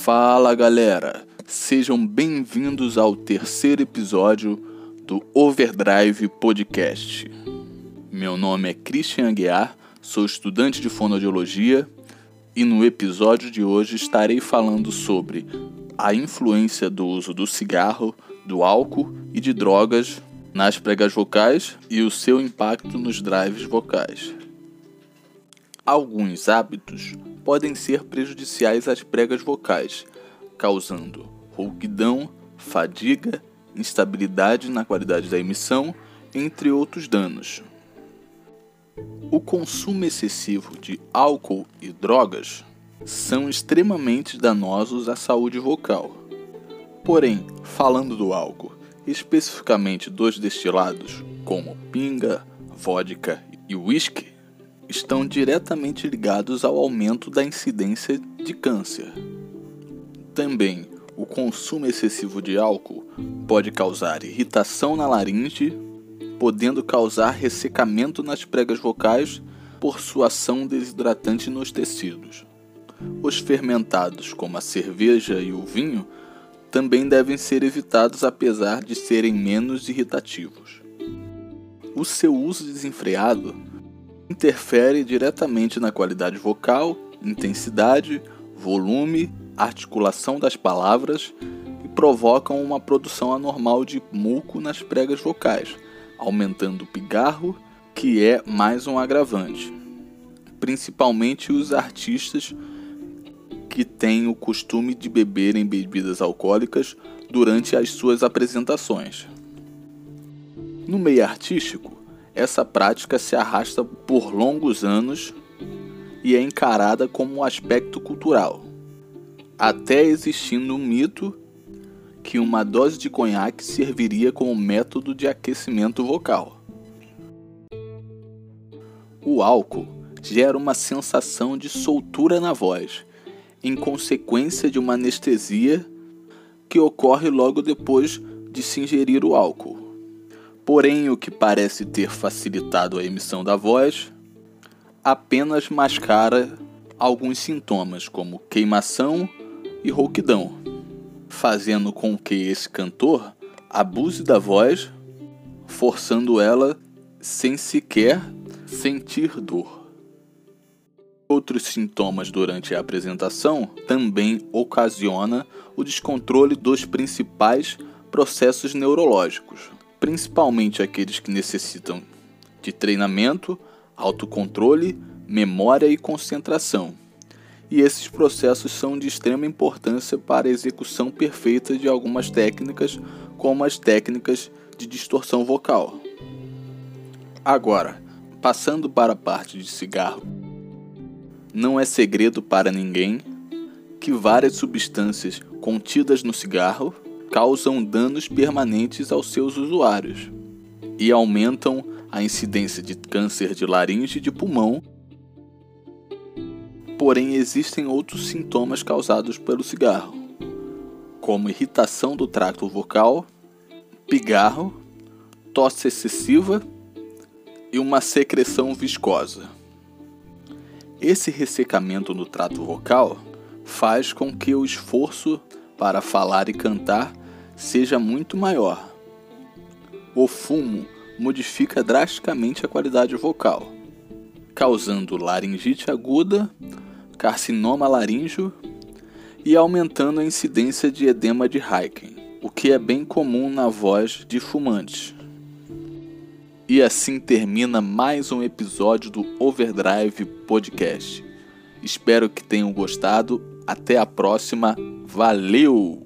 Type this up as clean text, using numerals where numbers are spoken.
Fala galera, sejam bem-vindos ao terceiro episódio do Overdrive Podcast. Meu nome é Christian Aguiar, sou estudante de fonoaudiologia e no episódio de hoje estarei falando sobre a influência do uso do cigarro, do álcool e de drogas nas pregas vocais e o seu impacto nos drives vocais. Alguns hábitos podem ser prejudiciais às pregas vocais, causando rouquidão, fadiga, instabilidade na qualidade da emissão, entre outros danos. O consumo excessivo de álcool e drogas são extremamente danosos à saúde vocal. Porém, falando do álcool, especificamente dos destilados, como pinga, vodka e uísque, estão diretamente ligados ao aumento da incidência de câncer. Também, o consumo excessivo de álcool pode causar irritação na laringe, podendo causar ressecamento nas pregas vocais por sua ação desidratante nos tecidos. Os fermentados, como a cerveja e o vinho, também devem ser evitados apesar de serem menos irritativos. O seu uso desenfreado interfere diretamente na qualidade vocal, intensidade, volume, articulação das palavras e provocam uma produção anormal de muco nas pregas vocais, aumentando o pigarro, que é mais um agravante. Principalmente os artistas que têm o costume de beberem bebidas alcoólicas durante as suas apresentações. No meio artístico, essa prática se arrasta por longos anos e é encarada como um aspecto cultural, até existindo um mito que uma dose de conhaque serviria como método de aquecimento vocal. O álcool gera uma sensação de soltura na voz, em consequência de uma anestesia que ocorre logo depois de se ingerir o álcool. Porém, o que parece ter facilitado a emissão da voz apenas mascara alguns sintomas, como queimação e rouquidão, fazendo com que esse cantor abuse da voz, forçando ela sem sequer sentir dor. Outros sintomas durante a apresentação também ocasiona o descontrole dos principais processos neurológicos, principalmente aqueles que necessitam de treinamento, autocontrole, memória e concentração. E esses processos são de extrema importância para a execução perfeita de algumas técnicas, como as técnicas de distorção vocal. Agora, passando para a parte de cigarro, não é segredo para ninguém que várias substâncias contidas no cigarro causam danos permanentes aos seus usuários e aumentam a incidência de câncer de laringe e de pulmão. Porém, existem outros sintomas causados pelo cigarro, como irritação do trato vocal, pigarro, tosse excessiva e uma secreção viscosa. Esse ressecamento no trato vocal faz com que o esforço para falar e cantar seja muito maior. O fumo modifica drasticamente a qualidade vocal, causando laringite aguda, carcinoma laríngeo e aumentando a incidência de edema de Hayken, o que é bem comum na voz de fumantes. E assim termina mais um episódio do Overdrive Podcast. Espero que tenham gostado. Até a próxima. Valeu!